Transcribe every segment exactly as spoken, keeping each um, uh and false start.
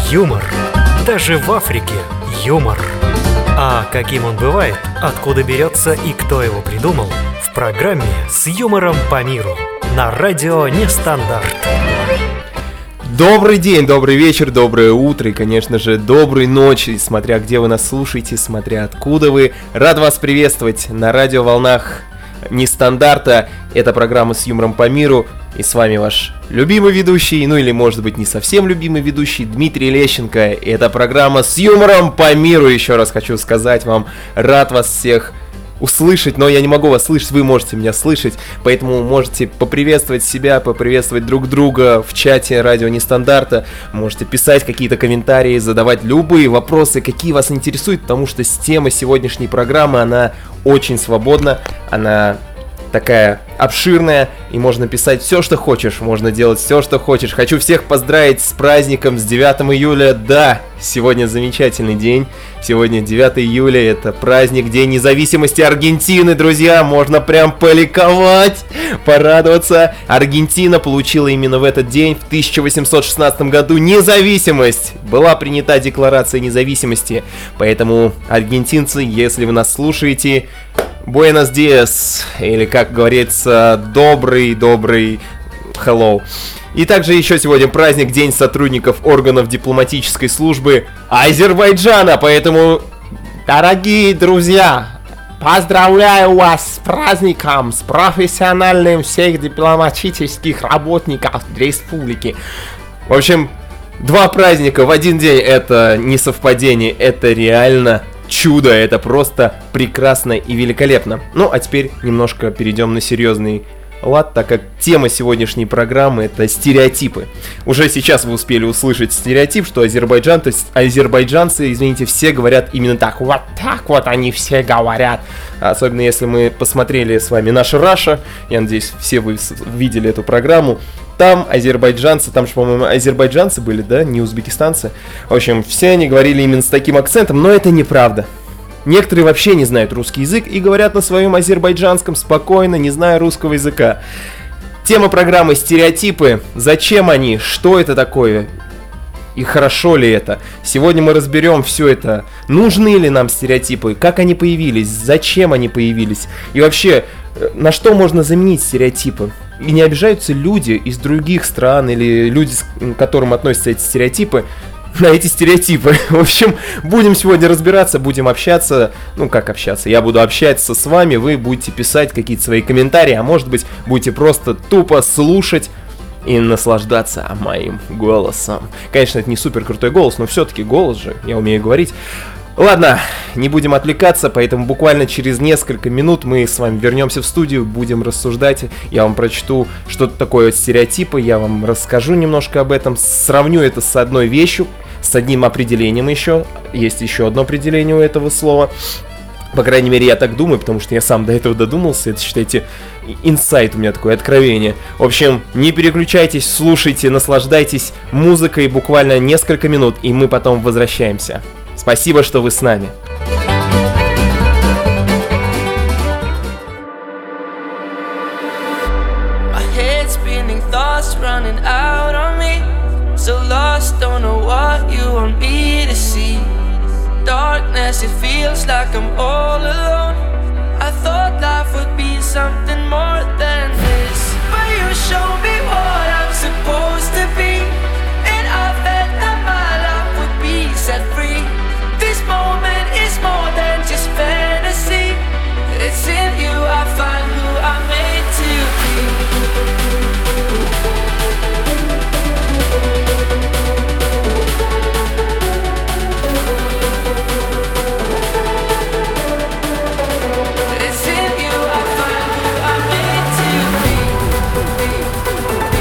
Юмор. Даже в Африке юмор. А каким он бывает, откуда берется и кто его придумал, в программе «С юмором по миру» на радио Нестандарт. Добрый день, добрый вечер, доброе утро и, конечно же, доброй ночи, смотря где вы нас слушаете, смотря откуда вы. Рад вас приветствовать на радиоволнах Нестандарта. Это программа «С юмором по миру». И с вами ваш любимый ведущий, ну или может быть не совсем любимый ведущий, Дмитрий Лещенко. И это программа «С юмором по миру». Еще раз хочу сказать вам, рад вас всех услышать, но я не могу вас слышать, вы можете меня слышать, поэтому можете поприветствовать себя, поприветствовать друг друга в чате радио Нестандарта, можете писать какие-то комментарии, задавать любые вопросы, какие вас интересуют, потому что тема сегодняшней программы, она очень свободна, она такая обширная, и можно писать все, что хочешь, можно делать все, что хочешь. Хочу всех поздравить с праздником, с девятого июля. Да, сегодня замечательный день. Сегодня девятое июля, это праздник, День независимости Аргентины, друзья. Можно прям поликовать, порадоваться. Аргентина получила именно в этот день, в тысяча восемьсот шестнадцатом году, независимость. Была принята Декларация независимости. Поэтому, аргентинцы, если вы нас слушаете, Buenos dias, или, как говорится, добрый-добрый hello. И также еще сегодня праздник, День сотрудников органов дипломатической службы Азербайджана, поэтому, дорогие друзья, поздравляю вас с праздником, с профессиональным всех дипломатических работников республики. В общем, два праздника в один день, это не совпадение, это реально чудо, это просто прекрасно и великолепно. Ну, а теперь немножко перейдем на серьезный лад, так как тема сегодняшней программы — это стереотипы. Уже сейчас вы успели услышать стереотип, что азербайджан, то есть азербайджанцы, извините, все говорят именно так. Вот так вот они все говорят. Особенно если мы посмотрели с вами «Наша Раша», я надеюсь, все вы видели эту программу. Там азербайджанцы, там же, по-моему, азербайджанцы были, да, не узбекистанцы. В общем, все они говорили именно с таким акцентом, но это неправда. Некоторые вообще не знают русский язык и говорят на своем азербайджанском спокойно, не зная русского языка. Тема программы «Стереотипы». Зачем они? Что это такое? И хорошо ли это? Сегодня мы разберем все это. Нужны ли нам стереотипы? Как они появились? Зачем они появились? И вообще, на что можно заменить стереотипы? И не обижаются люди из других стран или люди, к которым относятся эти стереотипы, на эти стереотипы. В общем, будем сегодня разбираться, будем общаться. Ну, как общаться? Я буду общаться с вами, вы будете писать какие-то свои комментарии, а может быть, будете просто тупо слушать и наслаждаться моим голосом. Конечно, это не супер крутой голос, но все-таки голос же, я умею говорить. Ладно, не будем отвлекаться, поэтому буквально через несколько минут мы с вами вернемся в студию, будем рассуждать, я вам прочту, что такое стереотипы, я вам расскажу немножко об этом, сравню это с одной вещью, с одним определением еще, есть еще одно определение у этого слова, по крайней мере я так думаю, потому что я сам до этого додумался, это, считайте, инсайт у меня такое, откровение. В общем, не переключайтесь, слушайте, наслаждайтесь музыкой буквально несколько минут, и мы потом возвращаемся. Спасибо, что вы с нами. It's in you I find who I'm made to be. It's in you I find who I'm made to be.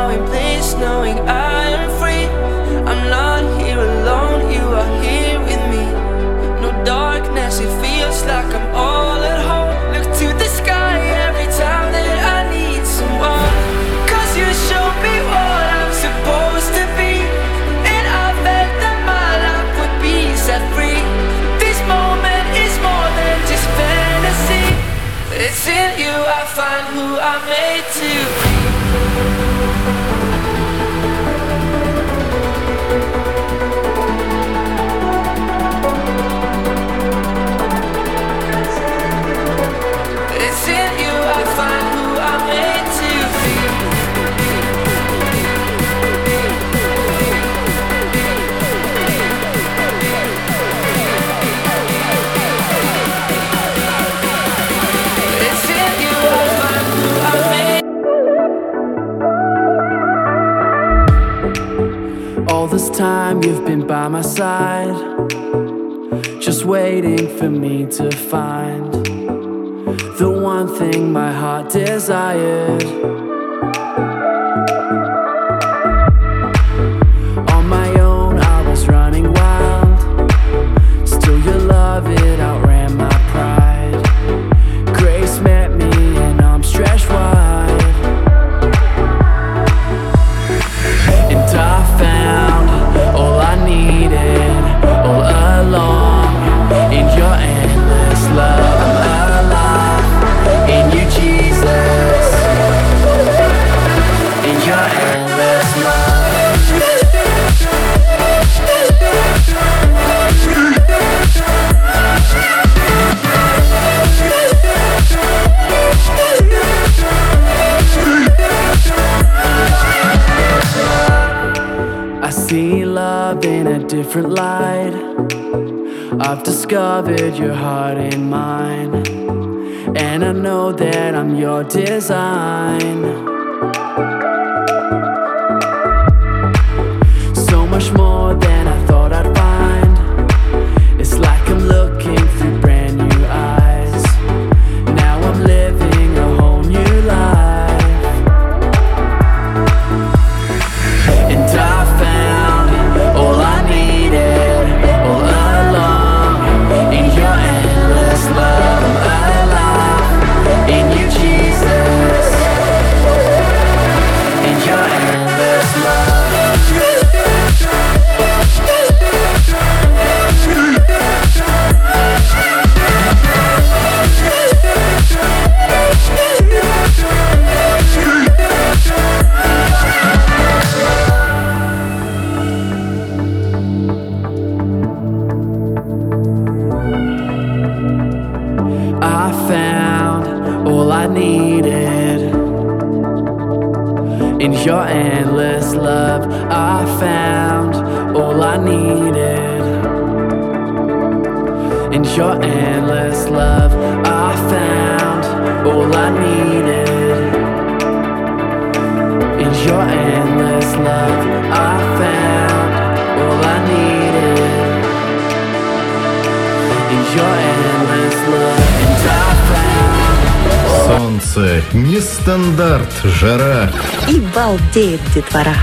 now in place, knowing I am free. I'm not here alone, you are here with me. No darkness, it feels like I'm all at home. Look to the sky every time that I need someone. Cause you show me what I'm supposed to be, and I felt that my life would be set free. This moment is more than just fantasy. It's in you I find who I'm made to be. It's in you I find who I'm made to be. It's in you I find who I'm made. All this time you've been by my side, just waiting for me to find the one thing my heart desired. On my own I was running wild, still your love it outran my pride. Grace met me and I'm stretched wide, and I found all I needed all along in your endless love. I'm alive in you, Jesus, in your endless love. I see love in a different light. I've discovered your heart in mine, and I know that I'm your design. So much more than I thought I'd find. It's like I'm looking through brand new eyes. Now I'm living a whole new life, and I found all I needed all along in your endless love. I'm alive in you, Jesus, in your endless love. I found all I needed in your endless love. I found all I needed in your endless love. I found all I needed in your endless love. I found all I needed in your endless love. And I found Солнце, нестандарт, жара. И балдеет детвора.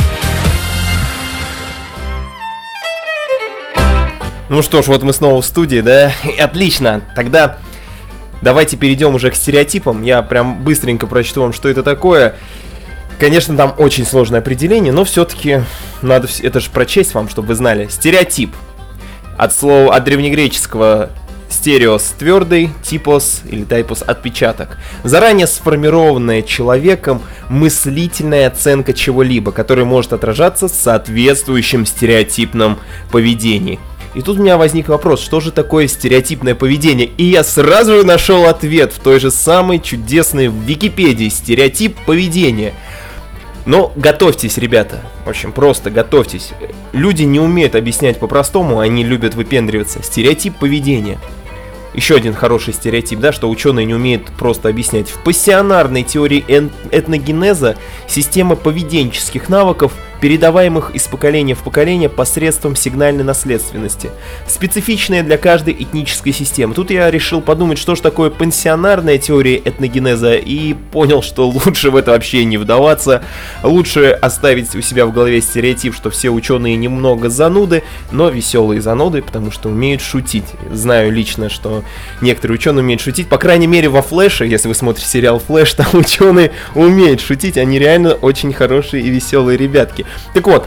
Ну что ж, вот мы снова в студии, да? Отлично, тогда давайте перейдем уже к стереотипам. Я прям быстренько прочту вам, что это такое. Конечно, там очень сложное определение, но все-таки надо это же прочесть вам, чтобы вы знали. Стереотип. От слова, от древнегреческого стереос — твердый, типос или тайпос — отпечаток. Заранее сформированная человеком мыслительная оценка чего-либо, которая может отражаться в соответствующем стереотипном поведении. И тут у меня возник вопрос, что же такое стереотипное поведение? И я сразу же нашел ответ в той же самой чудесной Википедии. Стереотип поведения. Но готовьтесь, ребята. В общем, просто готовьтесь. Люди не умеют объяснять по-простому, они любят выпендриваться. Стереотип поведения. Еще один хороший стереотип, да, что ученые не умеют просто объяснять. В пассионарной теории этногенеза система поведенческих навыков передаваемых из поколения в поколение посредством сигнальной наследственности, специфичная для каждой этнической системы. Тут я решил подумать, что же такое пансионарная теория этногенеза, и понял, что лучше в это вообще не вдаваться, лучше оставить у себя в голове стереотип, что все ученые немного зануды, но веселые зануды, потому что умеют шутить. Знаю лично, что некоторые ученые умеют шутить, по крайней мере во Флэше, если вы смотрите сериал Флэш, там ученые умеют шутить, они реально очень хорошие и веселые ребятки. Так вот,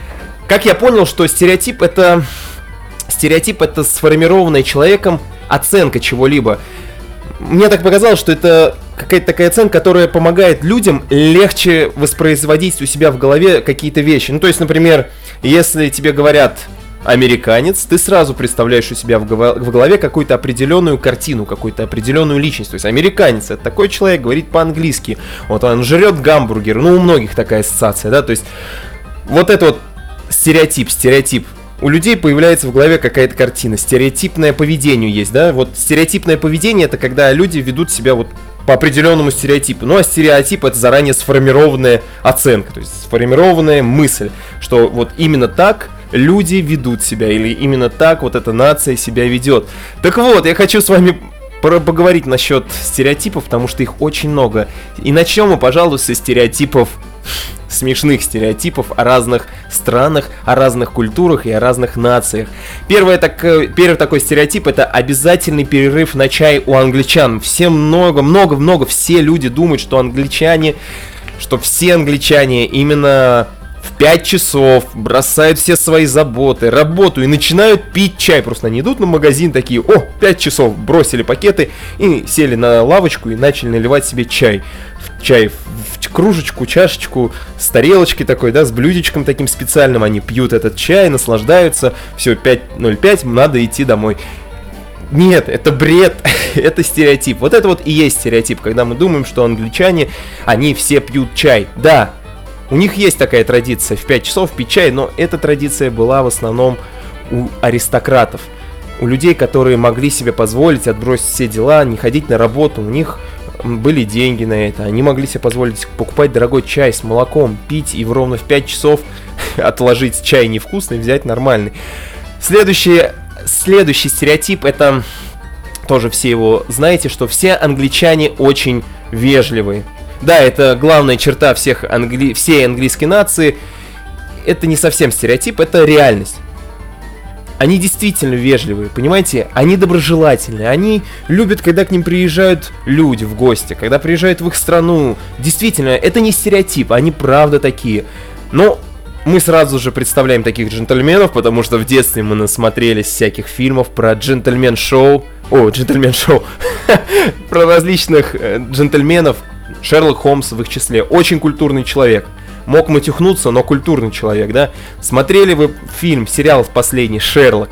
как я понял, что стереотип это стереотип это сформированная человеком оценка чего-либо. Мне так показалось, что это какая-то такая оценка, которая помогает людям легче воспроизводить у себя в голове какие-то вещи. Ну, то есть, например, если тебе говорят американец, ты сразу представляешь у себя в голове какую-то определенную картину, какую-то определенную личность. То есть американец — это такой человек, говорит по-английски, вот он жрет гамбургер, ну у многих такая ассоциация, да, то есть вот это вот стереотип, стереотип. У людей появляется в голове какая-то картина, стереотипное поведение есть, да, вот стереотипное поведение — это когда люди ведут себя вот по определенному стереотипу. Ну а стереотип — это заранее сформированная оценка, то есть сформированная мысль, что вот именно так люди ведут себя, или именно так вот эта нация себя ведет. Так вот, я хочу с вами поговорить насчет стереотипов, потому что их очень много. И начнем мы, пожалуй, со стереотипов, смешных стереотипов о разных странах, о разных культурах и о разных нациях. Первый, так, первый такой стереотип — это обязательный перерыв на чай у англичан. Все много, много, много, все люди думают, что англичане, что все англичане именно в пять часов бросают все свои заботы, работу и начинают пить чай. Просто они идут на магазин такие: о, пять часов, бросили пакеты и сели на лавочку и начали наливать себе чай. Чай в кружечку, чашечку, с тарелочкой такой, да, с блюдечком таким специальным. Они пьют этот чай, наслаждаются. Все, пять ноль пять, надо идти домой. Нет, это бред, это стереотип. Вот это вот и есть стереотип, когда мы думаем, что англичане, они все пьют чай. Да, у них есть такая традиция в пять часов пить чай, но эта традиция была в основном у аристократов. У людей, которые могли себе позволить отбросить все дела, не ходить на работу, у них были деньги на это. Они могли себе позволить покупать дорогой чай с молоком, пить и в ровно в пять часов отложить чай невкусный, взять нормальный. Следующий, следующий стереотип — это тоже все его знаете, что все англичане очень вежливые. Да, это главная черта всех англи... всей английской нации. Это не совсем стереотип, это реальность. Они действительно вежливые, понимаете? Они доброжелательные, они любят, когда к ним приезжают люди в гости, когда приезжают в их страну. Действительно, это не стереотип, они правда такие. Но мы сразу же представляем таких джентльменов, потому что в детстве мы насмотрелись всяких фильмов про джентльмен-шоу. О, джентльмен-шоу. Про различных джентльменов. Шерлок Холмс в их числе. Очень культурный человек. Мог матюхнуться, но культурный человек, да? Смотрели вы фильм, сериал последний «Шерлок».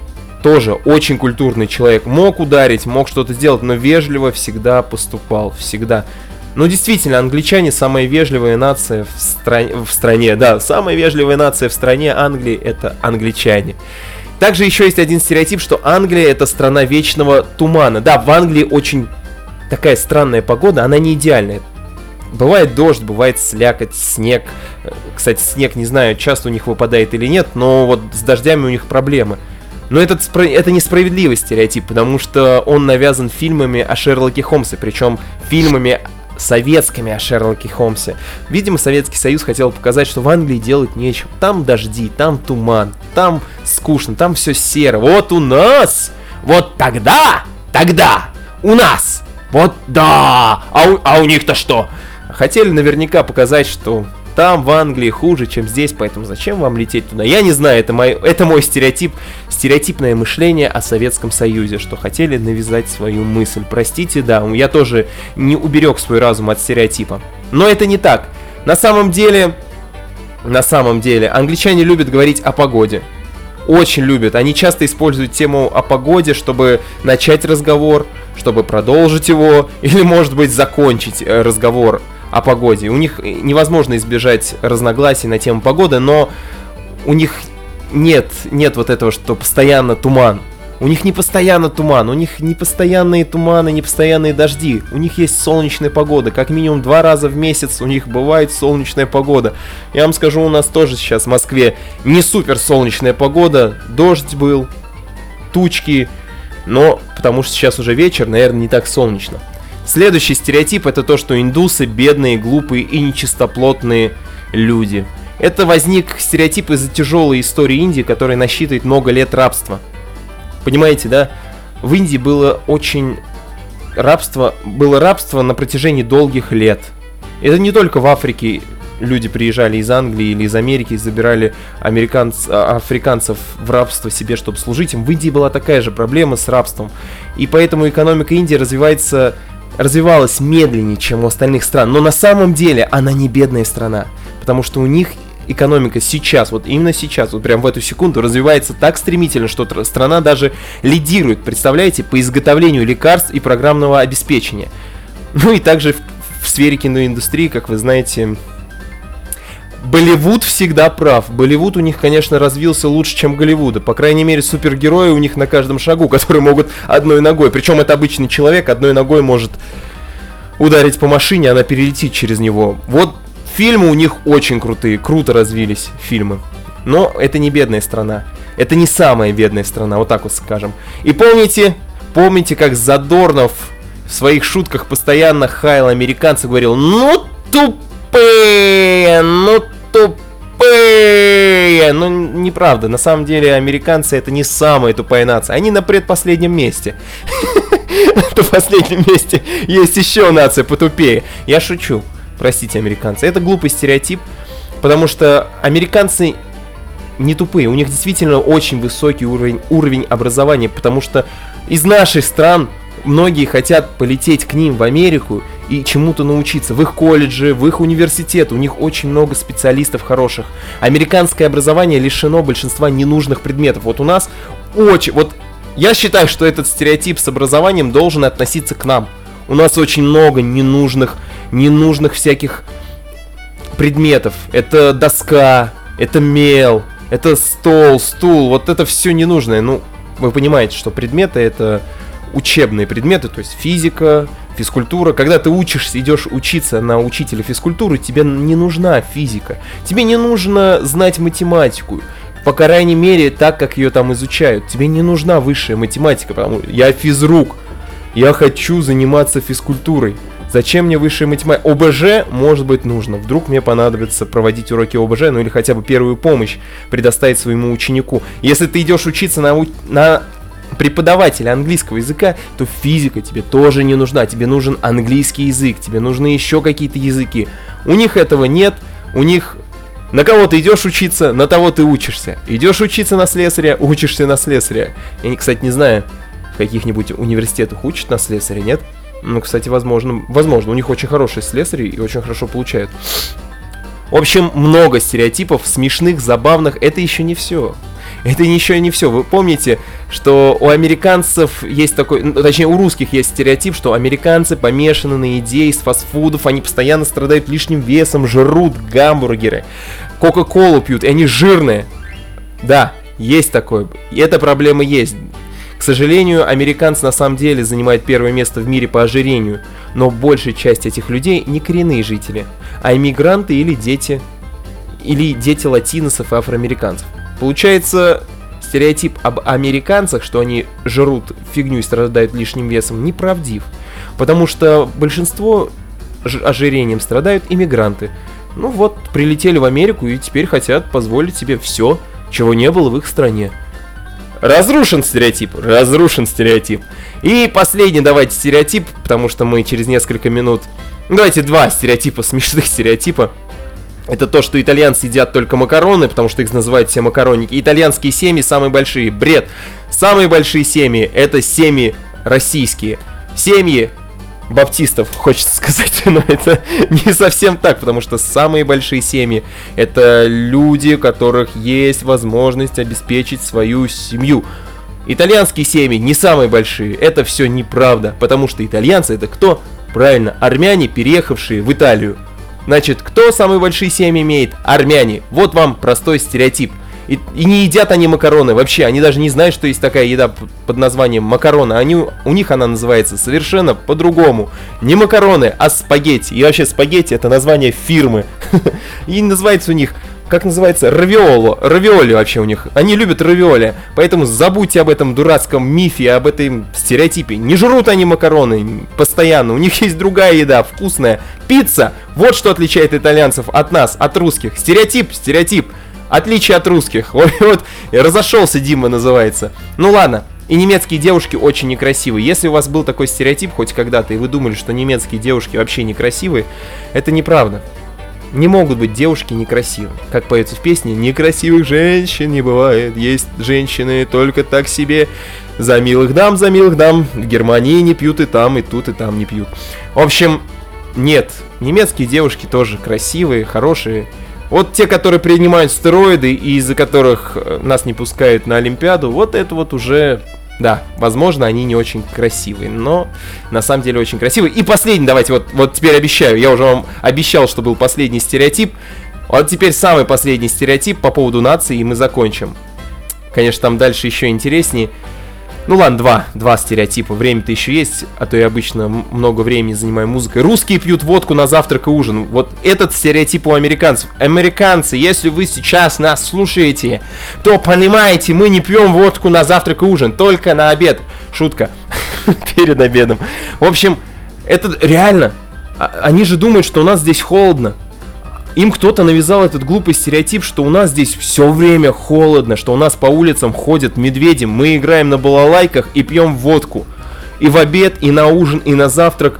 Тоже очень культурный человек. Мог ударить, мог что-то сделать, но вежливо всегда поступал. Всегда. Ну, действительно, англичане самая вежливая нация в, стра... в стране. Да, самая вежливая нация в стране Англии — это англичане. Также еще есть один стереотип, что Англия — это страна вечного тумана. Да, в Англии очень такая странная погода, она не идеальная. Бывает дождь, бывает слякоть, снег. Кстати, снег, не знаю, часто у них выпадает или нет, но вот с дождями у них проблемы. Но этот, это несправедливый стереотип, потому что он навязан фильмами о Шерлоке Холмсе, причем фильмами советскими о Шерлоке Холмсе. Видимо, Советский Союз хотел показать, что в Англии делать нечего. Там дожди, там туман, там скучно, там все серо. Вот у нас, вот тогда, тогда, у нас, вот да, а у, а у них-то что? Хотели наверняка показать, что там в Англии хуже, чем здесь, поэтому зачем вам лететь туда? Я не знаю, это мой, это мой стереотип, стереотипное мышление о Советском Союзе, что хотели навязать свою мысль. Простите, да, я тоже не уберег свой разум от стереотипа. Но это не так. На самом деле, на самом деле, англичане любят говорить о погоде. Очень любят. Они часто используют тему о погоде, чтобы начать разговор, чтобы продолжить его, или, может быть, закончить разговор о погоде. У них невозможно избежать разногласий на тему погоды, но у них нет, нет вот этого, что постоянно туман. У них не постоянно туман, у них не постоянные туманы, не постоянные дожди. У них есть солнечная погода. Как минимум два раза в месяц у них бывает солнечная погода. Я вам скажу, у нас тоже сейчас в Москве не супер солнечная погода. Дождь был, тучки. Но потому что сейчас уже вечер, наверное, не так солнечно. Следующий стереотип — это то, что индусы бедные, глупые и нечистоплотные люди. Это возник стереотип из-за тяжелой истории Индии, которая насчитывает много лет рабства. Понимаете, да? В Индии было очень рабство, было рабство на протяжении долгих лет. Это не только в Африке люди приезжали из Англии или из Америки и забирали американц, африканцев в рабство себе, чтобы служить им. В Индии была такая же проблема с рабством. И поэтому экономика Индии развивается, развивалась медленнее, чем у остальных стран. Но на самом деле она не бедная страна, потому что у них экономика сейчас, вот именно сейчас, вот прям в эту секунду развивается так стремительно, что тр- страна даже лидирует, представляете, по изготовлению лекарств и программного обеспечения. Ну и также в, в сфере киноиндустрии, как вы знаете, Болливуд всегда прав. Болливуд у них, конечно, развился лучше, чем Голливуда. По крайней мере, супергерои у них на каждом шагу, которые могут одной ногой. Причем это обычный человек, одной ногой может ударить по машине, она перелетит через него. Вот фильмы у них очень крутые, круто развились фильмы. Но это не бедная страна. Это не самая бедная страна, вот так вот скажем. И помните, помните, как Задорнов в своих шутках постоянно хаял американцев, говорил: ну тупые, ну тупые. Ну, неправда, на самом деле американцы — это не самая тупая нация. Они на предпоследнем месте. На последнем месте есть еще нация потупее. Я шучу. Простите, американцы. Это глупый стереотип, потому что американцы не тупые. У них действительно очень высокий уровень, уровень образования, потому что из наших стран многие хотят полететь к ним в Америку и чему-то научиться. В их колледже, в их университет. У них очень много специалистов хороших. Американское образование лишено большинства ненужных предметов. Вот у нас очень... Вот я считаю, что этот стереотип с образованием должен относиться к нам. У нас очень много ненужных, ненужных всяких предметов. Это доска, это мел, это стол, стул. Вот это все ненужное. Ну, вы понимаете, что предметы — это учебные предметы, то есть физика, физкультура. Когда ты учишься, идешь учиться на учителя физкультуры, тебе не нужна физика. Тебе не нужно знать математику. По крайней мере, так, как ее там изучают. Тебе не нужна высшая математика, потому что я физрук. Я хочу заниматься физкультурой. Зачем мне высшая математика? ОБЖ, может быть, нужно. Вдруг мне понадобится проводить уроки ОБЖ, ну или хотя бы первую помощь предоставить своему ученику. Если ты идешь учиться на, на преподавателя английского языка, то физика тебе тоже не нужна. Тебе нужен английский язык, тебе нужны еще какие-то языки. У них этого нет, у них... На кого ты идешь учиться, на того ты учишься. Идешь учиться на слесаря, учишься на слесаря. Я, кстати, не знаю, в каких-нибудь университетах учат на слесаря, нет? Ну, кстати, возможно, возможно, у них очень хорошие слесари и очень хорошо получают. В общем, много стереотипов, смешных, забавных. Это еще не все. Это еще не все. Вы помните, что у американцев есть такой, ну, точнее, у русских есть стереотип, что американцы помешаны на еде из фастфудов, они постоянно страдают лишним весом, жрут гамбургеры, кока-колу пьют, и они жирные. Да, есть такое. И эта проблема есть. К сожалению, американцы на самом деле занимают первое место в мире по ожирению, но большая часть этих людей не коренные жители, а иммигранты или дети, или дети латиносов и афроамериканцев. Получается, стереотип об американцах, что они жрут фигню и страдают лишним весом, неправдив. Потому что большинство ожирением страдают иммигранты. Ну вот, прилетели в Америку и теперь хотят позволить себе все, чего не было в их стране. Разрушен стереотип, разрушен стереотип. И последний давайте стереотип, потому что мы через несколько минут... Ну, давайте два стереотипа, смешных стереотипа. Это то, что итальянцы едят только макароны, потому что их называют все макаронники. Итальянские семьи самые большие. Бред. Самые большие семьи — это семьи российские. Семьи баптистов, хочется сказать, но это не совсем так, потому что самые большие семьи — это люди, у которых есть возможность обеспечить свою семью. Итальянские семьи не самые большие. Это все неправда, потому что итальянцы — это кто? Правильно, армяне, переехавшие в Италию. Значит, кто самые большие семьи имеет? Армяне. Вот вам простой стереотип. И, и не едят они макароны вообще, они даже не знают, что есть такая еда под названием макароны. Они, у них она называется совершенно по-другому. Не макароны, а спагетти. И вообще спагетти это название фирмы. И называется у них... Как называется? Равиоло. Равиоли вообще у них. Они любят равиоли. Поэтому забудьте об этом дурацком мифе, об этом стереотипе. Не жрут они макароны постоянно. У них есть другая еда, вкусная. Пицца. Вот что отличает итальянцев от нас, от русских. Стереотип, стереотип. Отличие от русских. Вот, вот. Разошелся Дима называется. Ну ладно. И немецкие девушки очень некрасивые. Если у вас был такой стереотип хоть когда-то, и вы думали, что немецкие девушки вообще некрасивые, это неправда. Не могут быть девушки некрасивые. Как поется в песне, некрасивых женщин не бывает. Есть женщины только так себе. За милых дам, за милых дам. В Германии не пьют и там, и тут, и там не пьют. В общем, нет. Немецкие девушки тоже красивые, хорошие. Вот те, которые принимают стероиды и из-за которых нас не пускают на Олимпиаду, вот это вот уже... Да, возможно, они не очень красивые, но на самом деле очень красивые. И последний, давайте, вот, вот теперь обещаю, я уже вам обещал, что был последний стереотип. Вот теперь самый последний стереотип по поводу нации, и мы закончим. Конечно, там дальше еще интереснее. Ну ладно, два, два стереотипа, время-то еще есть, а то я обычно много времени занимаю музыкой. Русские пьют водку на завтрак и ужин. Вот этот стереотип у американцев. Американцы, если вы сейчас нас слушаете, то понимаете, мы не пьем водку на завтрак и ужин, только на обед. Шутка. Перед обедом. В общем, это реально. Они же думают, что у нас здесь холодно. Им кто-то навязал этот глупый стереотип, что у нас здесь все время холодно, что у нас по улицам ходят медведи, мы играем на балалайках и пьем водку. И в обед, и на ужин, и на завтрак.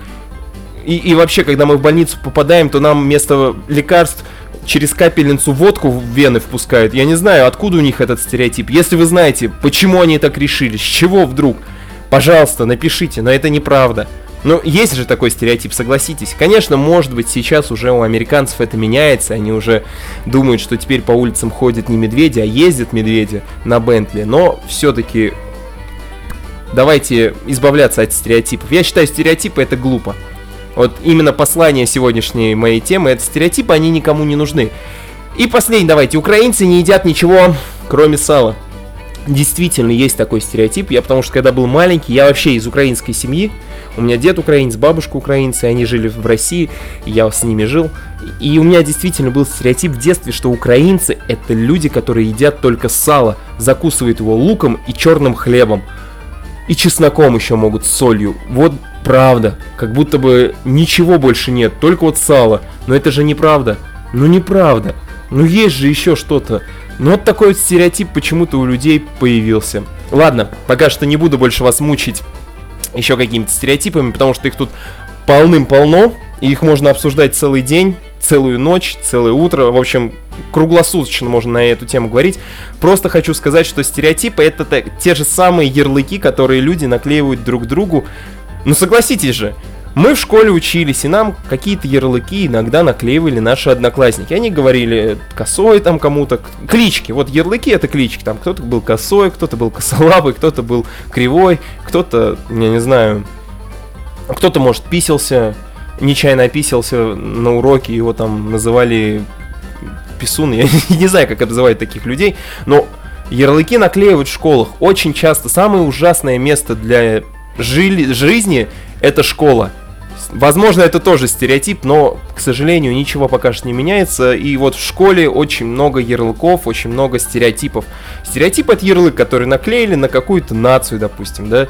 И, и вообще, когда мы в больницу попадаем, то нам вместо лекарств через капельницу водку в вены впускают. Я не знаю, откуда у них этот стереотип. Если вы знаете, почему они так решили, с чего вдруг, пожалуйста, напишите, но это неправда. Ну, есть же такой стереотип, согласитесь. Конечно, может быть, сейчас уже у американцев это меняется. Они уже думают, что теперь по улицам ходят не медведи, а ездят медведи на Бентли. Но все-таки давайте избавляться от стереотипов. Я считаю, стереотипы это глупо. Вот именно послание сегодняшней моей темы, это стереотипы, они никому не нужны. И последний, давайте. Украинцы не едят ничего, кроме сала. Действительно есть такой стереотип. Я потому что когда был маленький, я вообще из украинской семьи. У меня дед украинец, бабушка украинцы, они жили в России, я с ними жил. И у меня действительно был стереотип в детстве, что украинцы это люди, которые едят только сало, закусывают его луком и черным хлебом. И чесноком еще могут, с солью. Вот правда, как будто бы ничего больше нет, только вот сало. Но это же неправда. Ну неправда. Ну есть же еще что-то. Ну вот такой вот стереотип почему-то у людей появился. Ладно, пока что не буду больше вас мучить еще какими-то стереотипами, потому что их тут полным-полно, и их можно обсуждать целый день, целую ночь, целое утро, в общем, круглосуточно можно на эту тему говорить. Просто хочу сказать, что стереотипы это те же самые ярлыки, которые люди наклеивают друг другу. Ну согласитесь же, мы в школе учились, и нам какие-то ярлыки иногда наклеивали наши одноклассники. Они говорили косой там кому-то, клички, вот ярлыки это клички, там кто-то был косой, кто-то был косолапый, кто-то был кривой, кто-то, я не знаю, кто-то, может, писался, нечаянно описался на уроке, его там называли писун, я не знаю, как обзывают таких людей, но ярлыки наклеивают в школах очень часто. Самое ужасное место для жи- жизни это школа. Возможно, это тоже стереотип, но, к сожалению, ничего пока что не меняется. И вот в школе очень много ярлыков, очень много стереотипов. Стереотип — это ярлык, который наклеили на какую-то нацию, допустим, да.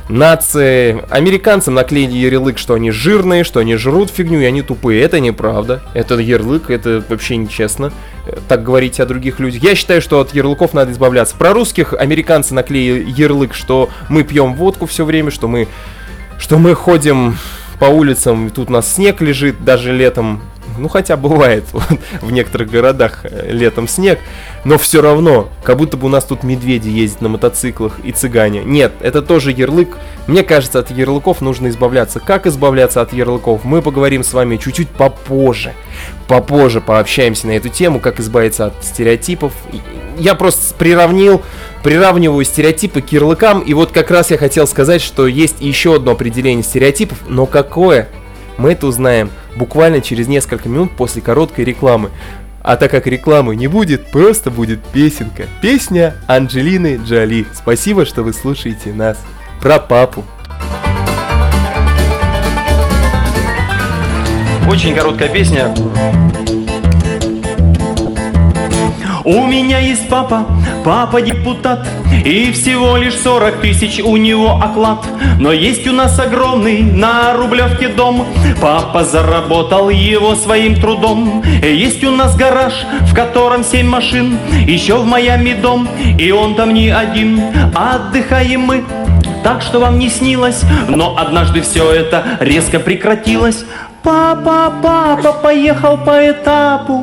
Нации. Американцам наклеили ярлык, что они жирные, что они жрут фигню, и они тупые. Это неправда. Это ярлык, это вообще нечестно так говорить о других людях. Я считаю, что от ярлыков надо избавляться. Про русских американцы наклеили ярлык, что мы пьем водку все время, что мы, что мы ходим по улицам, и тут у нас снег лежит, даже летом. Ну, хотя бывает вот, в некоторых городах летом снег, но все равно, как будто бы у нас тут медведи ездят на мотоциклах и цыгане. Нет, это тоже ярлык. Мне кажется, от ярлыков нужно избавляться. Как избавляться от ярлыков, мы поговорим с вами чуть-чуть попозже. Попозже пообщаемся на эту тему, как избавиться от стереотипов. Я просто приравнил, приравниваю стереотипы к ярлыкам, и вот как раз я хотел сказать, что есть еще одно определение стереотипов, но какое? Мы это узнаем буквально через несколько минут после короткой рекламы. А так как рекламы не будет, просто будет песенка. Песня Анджелины Джоли. Спасибо, что вы слушаете нас. Про папу. Очень короткая песня. У меня есть папа, папа депутат, и всего лишь сорок тысяч у него оклад. Но есть у нас огромный на Рублевке дом, папа заработал его своим трудом. Есть у нас гараж, в котором семь машин, еще в Майами дом, и он там не один. Отдыхаем мы, так что вам не снилось, но однажды все это резко прекратилось. Папа, папа поехал по этапу.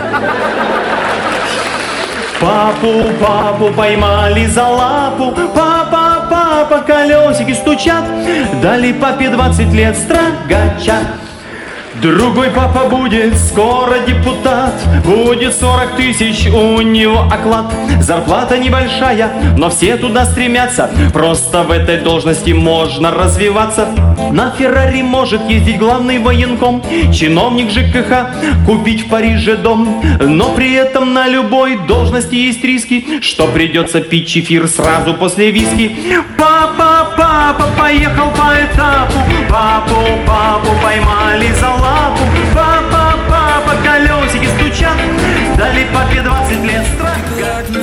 Папу, папу поймали за лапу. Папа, папа, колесики стучат. Дали папе двадцать лет строгача. Другой папа будет скоро депутат. Будет сорок тысяч у него оклад. Зарплата небольшая, но все туда стремятся. Просто в этой должности можно развиваться. На Феррари может ездить главный военком, чиновник ЖКХ купить в Париже дом. Но при этом на любой должности есть риски, что придется пить чефир сразу после виски. Папа, папа поехал по этапу. Папу, папу поймали за лапу. Папа, папа, колесики стучат. Дали папе двадцать лет строга.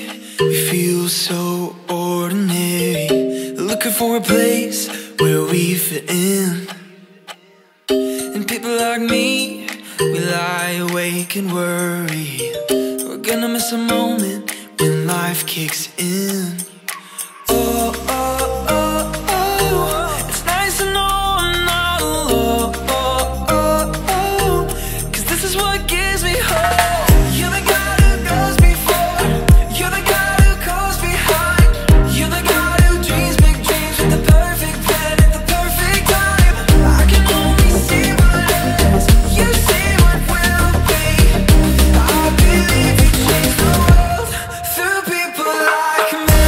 Looking for a place where we fit in. And people like me, we lie awake and worry. We're gonna miss a moment when life kicks in. Oh, oh, oh, oh. It's nice to know I'm not alone. Oh, oh, oh. Cause this is what gives me hope. You're the God who goes before. You're the God who goes behind. You're the God who dreams big dreams with the perfect plan at the perfect time. I can only see what is. You see what will be. I believe you changed the world through people like me.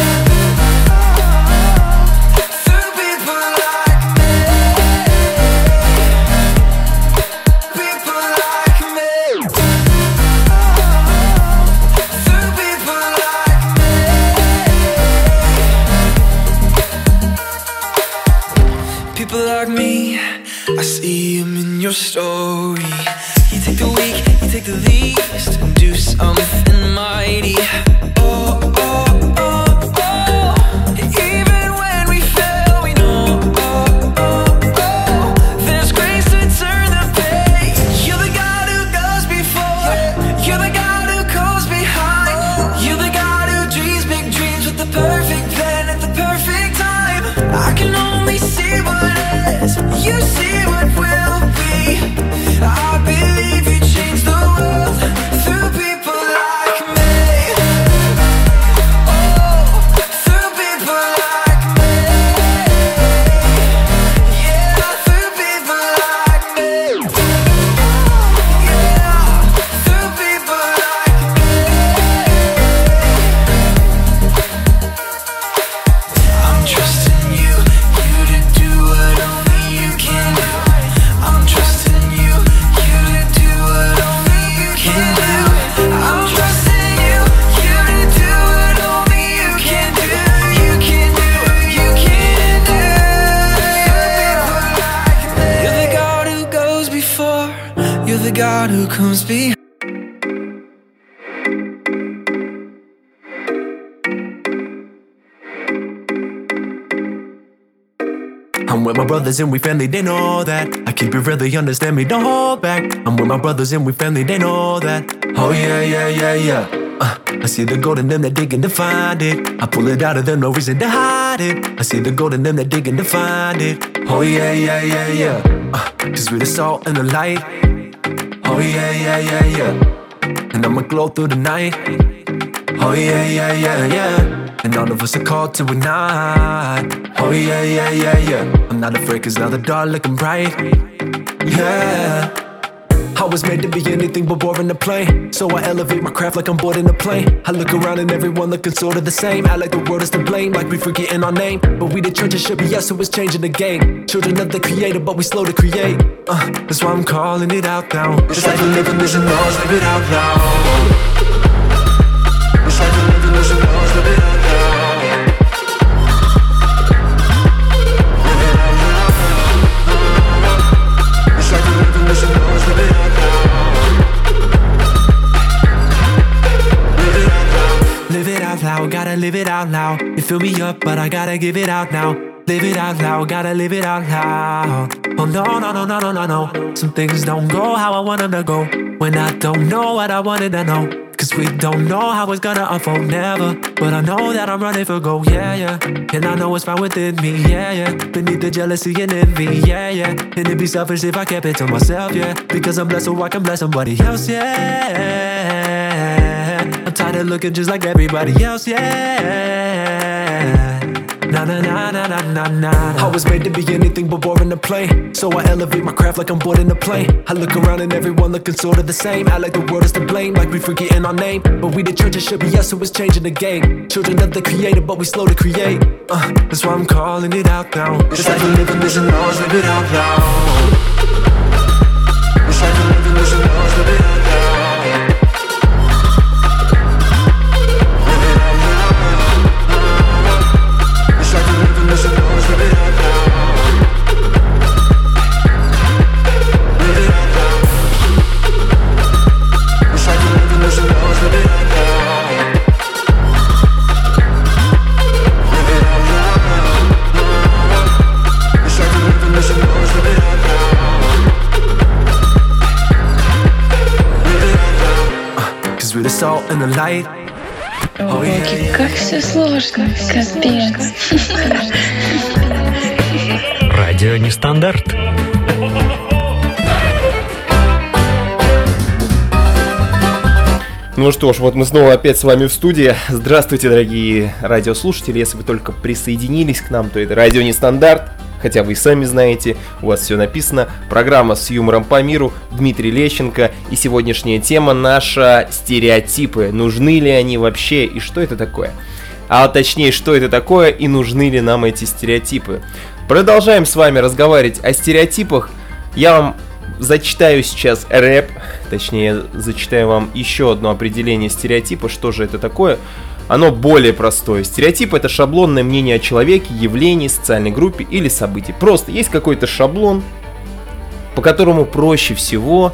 Through people like me. People like me. Through people like me. People like me, I see them in your story. You take the weak, you take the least, and do something mighty. Oh, oh, oh, oh. Even when we fail, we know. Oh, oh, oh. There's grace to turn the page. You're the God who goes before. You're the God who goes behind. You're the God who dreams big dreams with the perfect plan at the perfect time. I can only see what is. You see what will be. I believe you changed the world through people like me. Oh, through people like me. Yeah, through people like me. Yeah, through people like me. I'm trusting you, you to do what only you can do. I'm trusting you, you to do what only you can do. I'm trusting you, you to do what only you can do. You can do, you can do. You're the God who goes before. You're the God who comes behind. I'm with my brothers and we family, they know that. I keep it real, they understand me, don't hold back. I'm with my brothers and we family, they know that. Oh yeah, yeah, yeah, yeah. Uh, I see the gold in them that digging to find it. I pull it out of them, no reason to hide it. I see the gold in them that digging to find it. Oh yeah, yeah, yeah, yeah. Uh, Cause we're the salt and the light. Oh yeah, yeah, yeah, yeah. And I'ma glow through the night. Oh yeah, yeah, yeah, yeah. And all of us are called to ignite. Oh yeah, yeah, yeah, yeah. I'm not afraid cause now the dark looking bright. Yeah. I was made to be anything but boring to play. So I elevate my craft like I'm boarding a plane. I look around and everyone looking sort of the same. Act like the world is to blame, like we forgetting our name. But we the church, it should be us who is changing the game. Children of the creator, but we slow to create. uh, That's why I'm calling it out now. It's like the living is in laws, live it out loud. It's like the living is in laws, live it out loud. Live it out loud, gotta live it out loud. You fill me up, but I gotta give it out now. Live it out loud, gotta live it out loud. Oh no, no, no, no, no, no, no. Some things don't go how I want them to go. When I don't know what I wanted to know. Cause we don't know how it's gonna unfold, never. But I know that I'm running for gold, yeah, yeah. And I know it's found within me, yeah, yeah. Beneath the jealousy and envy, yeah, yeah. And it'd be selfish if I kept it to myself, yeah. Because I'm blessed so I can bless somebody else, yeah. I'm tired of looking just like everybody else, yeah. Na na na na na na na. I was made to be anything but boring to play. So I elevate my craft like I'm boarding a plane. I look around and everyone looking sort of the same. Act like the world is to blame, like we forgetting our name. But we the church, it should be us who is changing the game. Children of the creator, but we slow to create. uh, That's why I'm calling it out now. It's like the living is in laws, live it out loud. It's like the living is in laws, live it out loud. Salt and the light. Oh, yeah, yeah. Как все сложно, капец. Радио Нестандарт. Ну что ж, вот мы снова опять с вами в студии. Здравствуйте, дорогие радиослушатели. Если вы только присоединились к нам, то это Радио Нестандарт. Хотя вы и сами знаете, у вас все написано. Программа с юмором по миру, Дмитрий Лещенко. И сегодняшняя тема наша — стереотипы. Нужны ли они вообще и что это такое? А точнее, что это такое и нужны ли нам эти стереотипы? Продолжаем с вами разговаривать о стереотипах. Я вам зачитаю сейчас рэп, точнее, зачитаю вам еще одно определение стереотипа, что же это такое. Оно более простое. Стереотип — это шаблонное мнение о человеке, явлении, социальной группе или событии. Просто есть какой-то шаблон, по которому проще всего,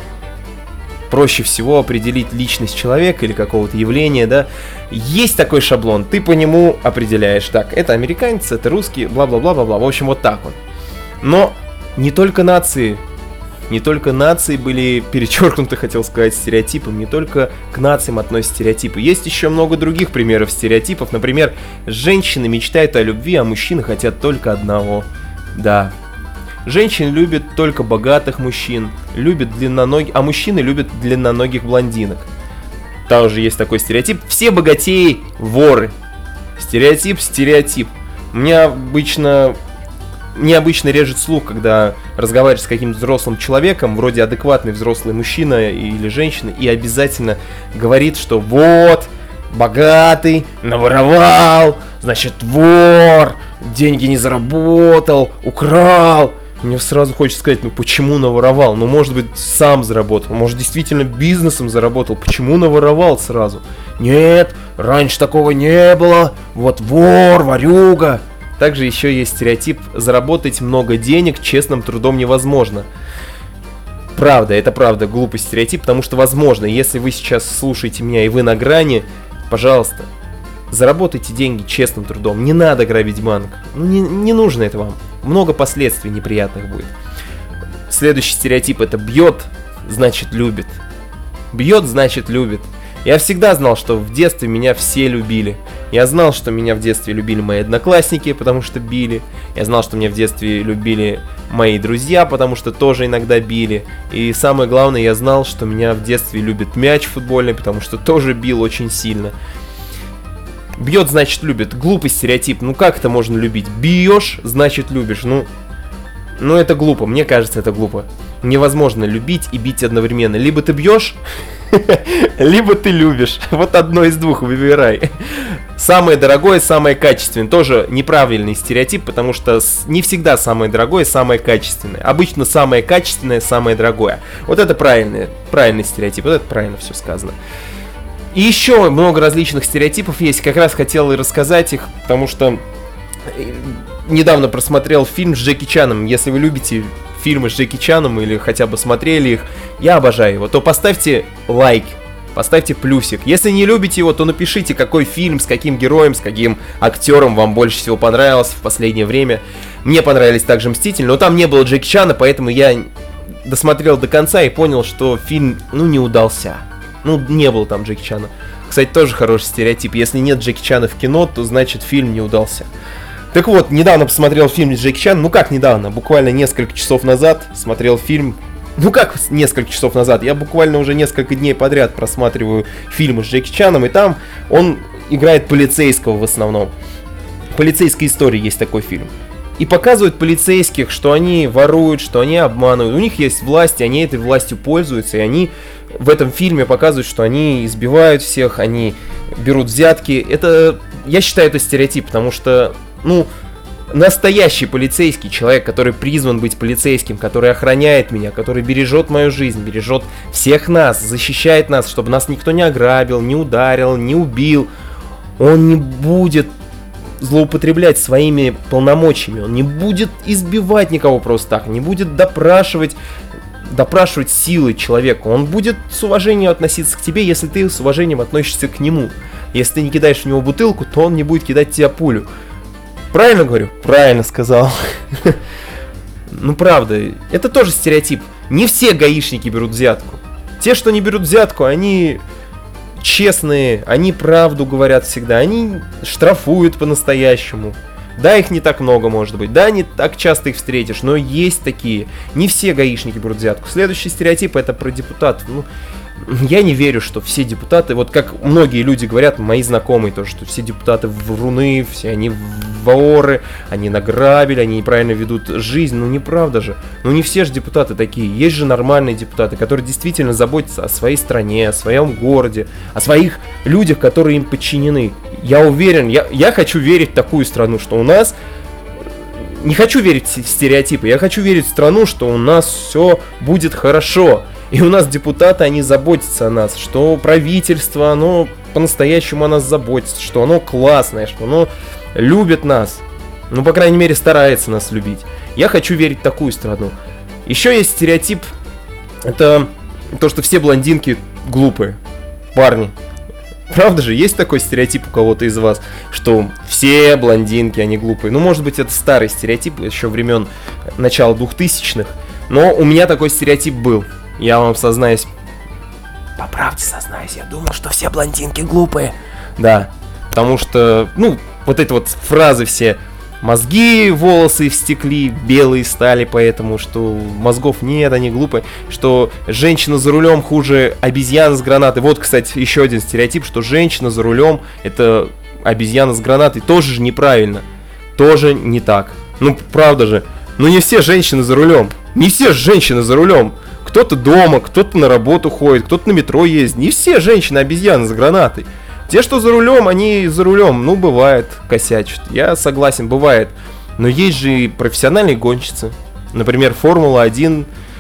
проще всего определить личность человека или какого-то явления, да. Есть такой шаблон, ты по нему определяешь. Так, это американец, это русский, бла-бла-бла-бла-бла. В общем, вот так вот. Но не только нации... Не только нации были перечеркнуты, хотел сказать, стереотипом, не только к нациям относятся стереотипы. Есть еще много других примеров стереотипов. Например, женщины мечтают о любви, а мужчины хотят только одного. Да. Женщины любят только богатых мужчин, любят длинноногих, а мужчины любят длинноногих блондинок. Также есть такой стереотип. Все богатеи – воры. Стереотип, стереотип. У меня обычно... Необычно режет слух, когда разговариваешь с каким-то взрослым человеком, вроде адекватный взрослый мужчина или женщина, и обязательно говорит, что вот, богатый, наворовал, значит вор, деньги не заработал, украл. Мне сразу хочется сказать, ну почему наворовал? Ну может быть сам заработал, может действительно бизнесом заработал, почему наворовал сразу? Нет, раньше такого не было, вот вор, ворюга. Также еще есть стереотип: заработать много денег честным трудом невозможно. Правда, это правда, глупый стереотип, потому что возможно, если вы сейчас слушаете меня и вы на грани, пожалуйста, заработайте деньги честным трудом, не надо грабить банк, ну не, не нужно это вам, много последствий неприятных будет. Следующий стереотип — это бьет, значит любит. Бьет, значит любит. Я всегда знал, что в детстве меня все любили. Я знал, что меня в детстве любили мои одноклассники, потому что били. Я знал, что меня в детстве любили мои друзья, потому что тоже иногда били. И самое главное, я знал, что меня в детстве любит мяч футбольный, потому что тоже бил очень сильно. Бьет, значит любит. Глупый стереотип. Ну как это можно любить? Бьешь, значит любишь. Ну, ну это глупо. Мне кажется, это глупо. невозможно любить и бить одновременно. Либо ты бьешь, либо ты любишь. Вот одно из двух выбирай. Самое дорогое, самое качественное. Тоже неправильный стереотип, потому что не всегда самое дорогое, самое качественное. Обычно самое качественное, самое дорогое. Вот это правильный, правильный стереотип. Вот это правильно все сказано. И еще много различных стереотипов есть. Как раз хотел и рассказать их, потому что недавно просмотрел фильм с Джеки Чаном. Если вы любите фильмы с Джеки Чаном или хотя бы смотрели их, я обожаю его, то поставьте лайк, поставьте плюсик. Если не любите его, то напишите, какой фильм, с каким героем, с каким актером вам больше всего понравился в последнее время. Мне понравились также «Мстители», но там не было Джеки Чана, поэтому я досмотрел до конца и понял, что фильм, ну, не удался. Ну, не было там Джеки Чана. Кстати, тоже хороший стереотип. Если нет Джеки Чана в кино, то значит фильм не удался. Так вот, недавно посмотрел фильм с Джеки Чаном. Ну как недавно? Буквально несколько часов назад смотрел фильм. Ну как несколько часов назад? Я буквально уже несколько дней подряд просматриваю фильмы с Джеки Чаном. И там он играет полицейского в основном. Полицейская история есть такой фильм. И показывают полицейских, что они воруют, что они обманывают. У них есть власть, и они этой властью пользуются. И они в этом фильме показывают, что они избивают всех, они берут взятки. Это, я считаю, это стереотип, потому что, ну, настоящий полицейский человек, который призван быть полицейским, который охраняет меня, который бережет мою жизнь, бережет всех нас, защищает нас, чтобы нас никто не ограбил, не ударил, не убил, он не будет злоупотреблять своими полномочиями, он не будет избивать никого просто так, не будет допрашивать, допрашивать силы человека, он будет с уважением относиться к тебе, если ты с уважением относишься к нему. Если ты не кидаешь в него бутылку, то он не будет кидать в тебя пулю. Правильно говорю? Правильно сказал. Ну правда, это тоже стереотип. Не все гаишники берут взятку. Те, что не берут взятку, они честные, они правду говорят всегда, они штрафуют по-настоящему. Да, их не так много, может быть, да, не так часто их встретишь, но есть такие. Не все гаишники берут взятку. Следующий стереотип — это про депутатов. Ну, я не верю, что все депутаты, вот как многие люди говорят, мои знакомые тоже, что все депутаты вруны, все они воры, они награбили, они неправильно ведут жизнь. Ну неправда же. Ну не все же депутаты такие. Есть же нормальные депутаты, которые действительно заботятся о своей стране, о своем городе, о своих людях, которые им подчинены. Я уверен, я, я хочу верить в такую страну, что у нас... Не хочу верить в стереотипы, я хочу верить в страну, что у нас все будет хорошо. И у нас депутаты, они заботятся о нас, что правительство, оно по-настоящему о нас заботится, что оно классное, что оно любит нас. Ну, по крайней мере, старается нас любить. Я хочу верить в такую страну. Еще есть стереотип, это то, что все блондинки глупые. Парни. Правда же, есть такой стереотип у кого-то из вас, что все блондинки, они глупые. Ну, может быть, это старый стереотип, еще времен начала двухтысячных. Но у меня такой стереотип был. Я вам сознаюсь, по правде сознаюсь, я думал, что все блондинки глупые. Да, потому что, ну, вот эти вот фразы все, мозги, волосы стекли, белые стали, поэтому что мозгов нет, они глупые, что женщина за рулем хуже обезьяны с гранатой. Вот, кстати, еще один стереотип, что женщина за рулем это обезьяна с гранатой. Тоже же неправильно, тоже не так. Ну, правда же, ну не все женщины за рулем, не все женщины за рулем. Кто-то дома, кто-то на работу ходит, кто-то на метро ездит. Не все женщины обезьяны с гранатой. Те, что за рулем, они за рулем. Ну, бывает, косячат. Я согласен, бывает. Но есть же и профессиональные гонщицы. Например, Формула один.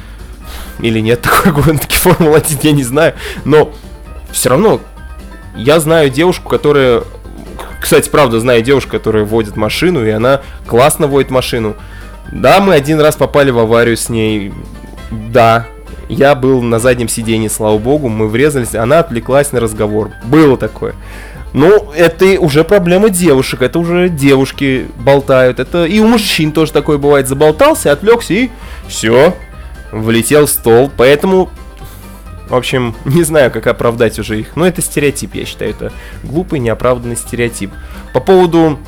Или нет такой гонки Формула один, я не знаю. Но все равно я знаю девушку, которая... Кстати, правда, знаю девушку, которая водит машину, и она классно водит машину. Да, мы один раз попали в аварию с ней. Да. Я был на заднем сидении, слава богу, мы врезались, она отвлеклась на разговор. Было такое. Ну, это уже проблема девушек, это уже девушки болтают. Это и у мужчин тоже такое бывает. Заболтался, отвлекся и все, влетел в стол. Поэтому, в общем, не знаю, как оправдать уже их. Но это стереотип, я считаю, это глупый, неоправданный стереотип. По поводу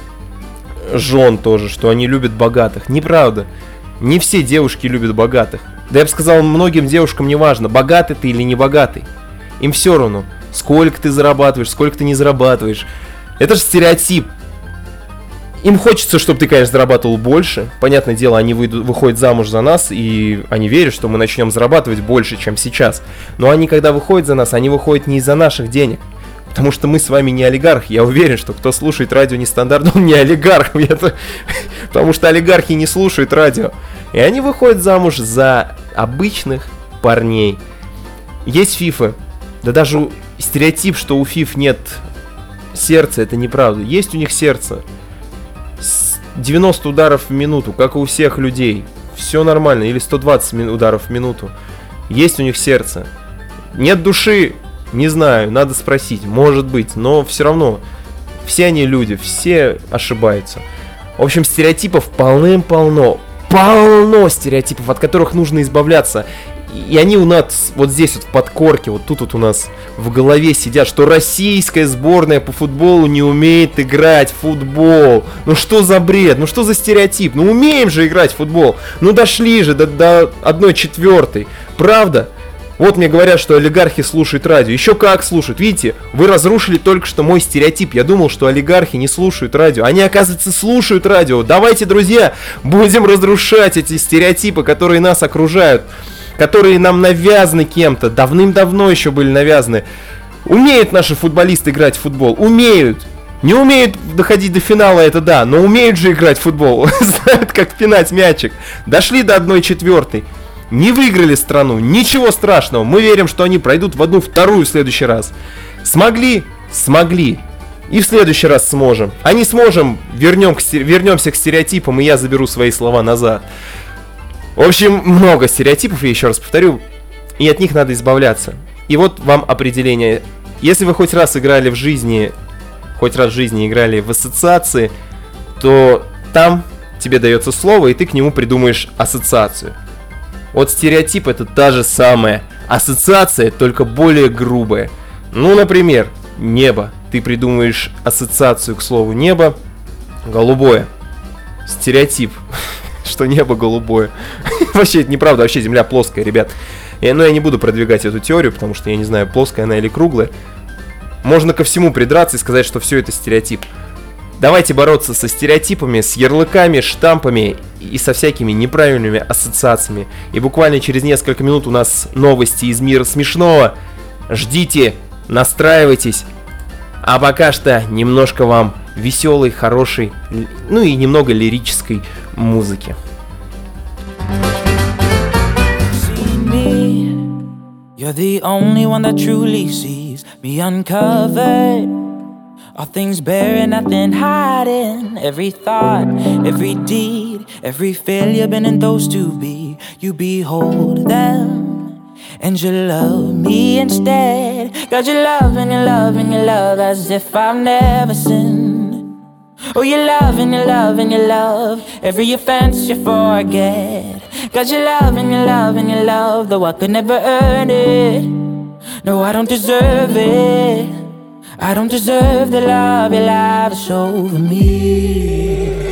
жен тоже, что они любят богатых. Неправда. Не все девушки любят богатых. Да я бы сказал, многим девушкам не важно, богатый ты или не богатый. Им все равно, сколько ты зарабатываешь, сколько ты не зарабатываешь. Это же стереотип. Им хочется, чтобы ты, конечно, зарабатывал больше. Понятное дело, они выйдут, выходят замуж за нас, и они верят, что мы начнем зарабатывать больше, чем сейчас. Но они, когда выходят за нас, они выходят не из-за наших денег. Потому что мы с вами не олигархи. Я уверен, что кто слушает радио Нестандарт, он не олигарх. Потому что олигархи не слушают радио. И они выходят замуж за обычных парней. Есть фифы. Да даже стереотип, что у фиф нет сердца, это неправда. Есть у них сердце. девяносто ударов в минуту, как и у всех людей. Все нормально. Или сто двадцать ударов в минуту. Есть у них сердце. Нет души. Не знаю, надо спросить. Может быть. Но все равно. Все они люди. Все ошибаются. В общем, стереотипов полным-полно. Полно стереотипов, от которых нужно избавляться. И они у нас вот здесь вот в подкорке, вот тут вот у нас в голове сидят, что российская сборная по футболу не умеет играть в футбол. Ну что за бред, ну что за стереотип? Ну умеем же играть в футбол. Ну дошли же до, до одной четвертой. Правда? Вот мне говорят, что олигархи слушают радио. Еще как слушают. Видите, вы разрушили только что мой стереотип. Я думал, что олигархи не слушают радио. Они, оказывается, слушают радио. Давайте, друзья, будем разрушать эти стереотипы, которые нас окружают, которые нам навязаны кем-то, давным-давно еще были навязаны. Умеют наши футболисты играть в футбол? Умеют. Не умеют доходить до финала, это да, но умеют же играть в футбол. Знают, как пинать мячик. Дошли до одной четвертой. Не выиграли страну, ничего страшного. Мы верим, что они пройдут в одну вторую в следующий раз. Смогли? Смогли. И в следующий раз сможем. А не сможем, вернем к, вернемся к стереотипам, и я заберу свои слова назад. В общем, много стереотипов, я еще раз повторю, и от них надо избавляться. И вот вам определение. Если вы хоть раз играли в жизни, хоть раз в жизни играли в ассоциации, то там тебе дается слово, и ты к нему придумаешь ассоциацию. Вот стереотип — это та же самая ассоциация, только более грубая. Ну, например, небо. Ты придумаешь ассоциацию к слову небо. Голубое. Стереотип. Что небо голубое. Вообще, это неправда, вообще Земля плоская, ребят. Я, но я не буду продвигать эту теорию, потому что я не знаю, плоская она или круглая. Можно ко всему придраться и сказать, что все это стереотип. Давайте бороться со стереотипами, с ярлыками, штампами и со всякими неправильными ассоциациями. И буквально через несколько минут у нас новости из мира смешного. Ждите, настраивайтесь. А пока что немножко вам веселой, хорошей, ну и немного лирической музыки. You're the only one that truly sees me uncovered. All things bare and nothing hiding. Every thought, every deed, every failure been in those to be. You behold them and you love me instead. Got your love and your love and your love as if I've never sinned. Oh, your love and your love and your love, every offense you forget. Got your love and your love and your love, though I could never earn it. No, I don't deserve it. I don't deserve the love you lavish over me.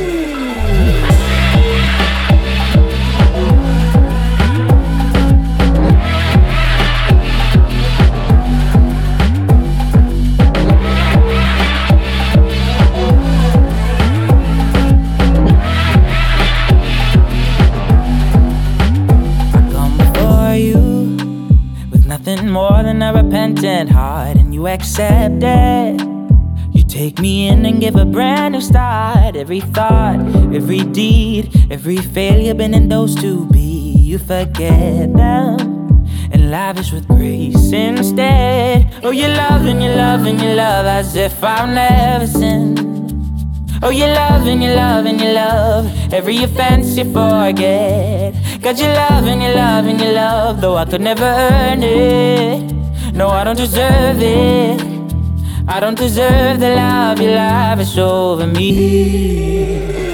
Nothing more than a repentant heart, and you accept it. You take me in and give a brand new start. Every thought, every deed, every failure been in those to be. You forget them and lavish with grace instead. Oh, you love and you love and you love as if I've never sinned. Oh, you love and you love and you love, every offense you forget. Got your love and your love and your love, though I could never earn it. No, I don't deserve it. I don't deserve the love you lavish over me.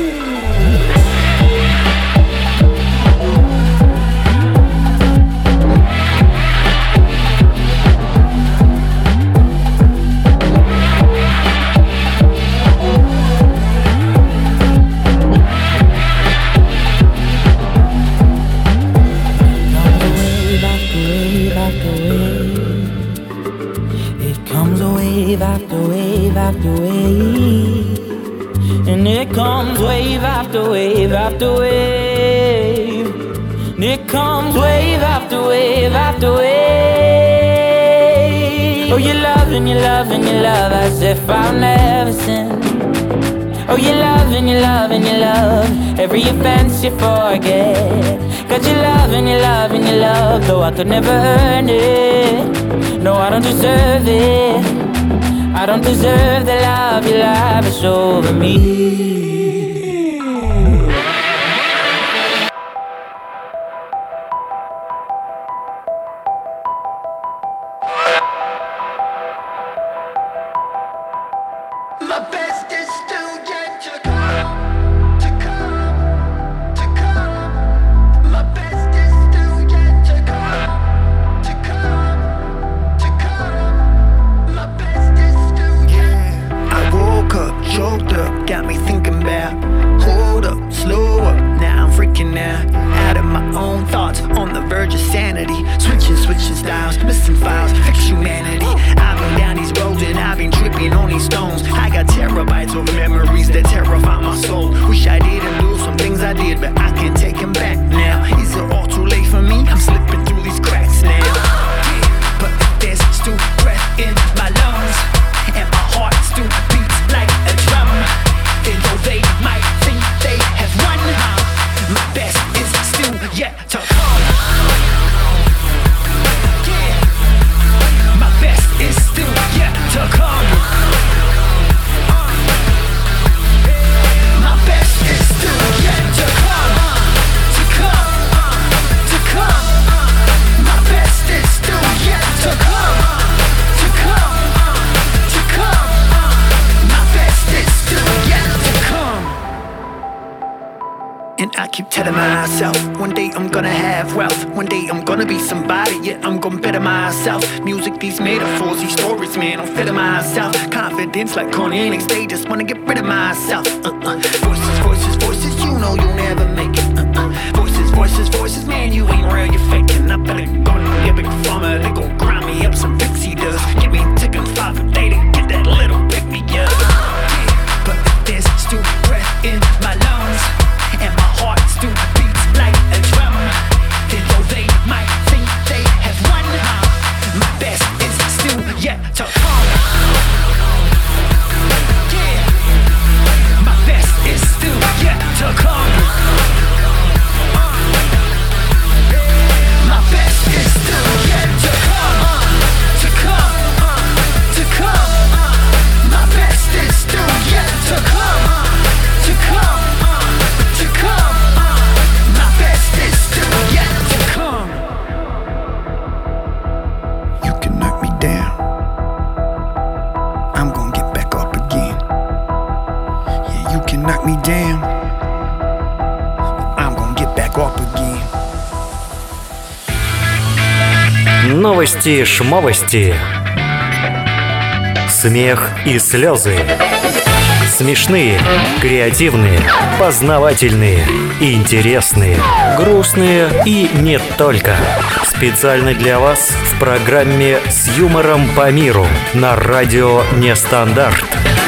Wave after wave after wave, And it comes wave after wave after wave. And it comes wave after wave after wave. Oh, you love and you love and you love as if I've never sinned. Oh, you love and you love and you love every offense you forget. Cause you love and you love and you love, though I could never earn it. No, I don't deserve it. I don't deserve the love you lavish over me. Like Cornelius, they just wanna get rid of myself. Uh-uh. Voices, voices, voices, you know you'll never make it. Uh-uh. Voices, voices, voices, man, you ain't real, you're faking. I better go and get big farmer, they gon' grind me up some pixie dust. Give me chicken five a day to get that little pick me up. But there's still breath in my lungs, and my heart still beats like a drum. Then though they might think they have won, my best is still yet to come. To come. My best is still yet to come. To come. To come. My best is still yet to come. To come. To come. My best is still yet to come. You can knock me down, I'm gonna get back up again. Yeah, you can knock me down, новости, шмовости, смех и слезы, смешные, креативные, познавательные, интересные, грустные и не только. Специально для вас в программе «С юмором по миру» на радио Нестандарт.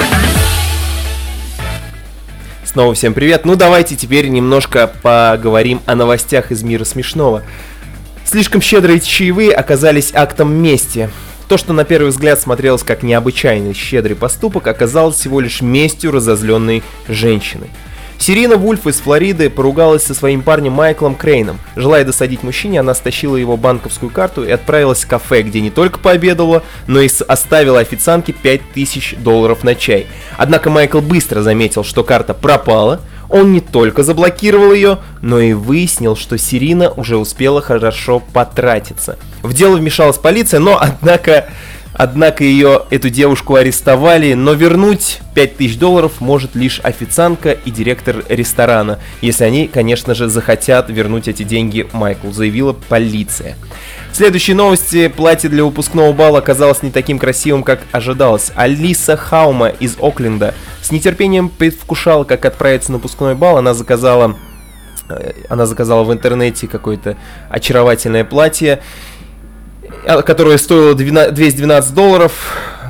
Снова всем привет. Ну давайте теперь немножко поговорим о новостях из мира смешного. Слишком щедрые чаевые оказались актом мести. То, что на первый взгляд смотрелось как необычайный щедрый поступок, оказалось всего лишь местью разозленной женщины. Сирина Вульф из Флориды поругалась со своим парнем Майклом Крейном. Желая досадить мужчине, она стащила его банковскую карту и отправилась в кафе, где не только пообедала, но и оставила официантке пять тысяч долларов на чай. Однако Майкл быстро заметил, что карта пропала. Он не только заблокировал ее, но и выяснил, что Сирина уже успела хорошо потратиться. В дело вмешалась полиция, но однако... Однако ее, эту девушку арестовали, но вернуть пять тысяч долларов может лишь официантка и директор ресторана, если они, конечно же, захотят вернуть эти деньги Майклу, заявила полиция. В следующей новости: платье для выпускного бала оказалось не таким красивым, как ожидалось. Алиса Хаума из Окленда с нетерпением предвкушала, как отправиться на выпускной бал. Она заказала, она заказала в интернете какое-то очаровательное платье, которое стоило двести двенадцать долларов.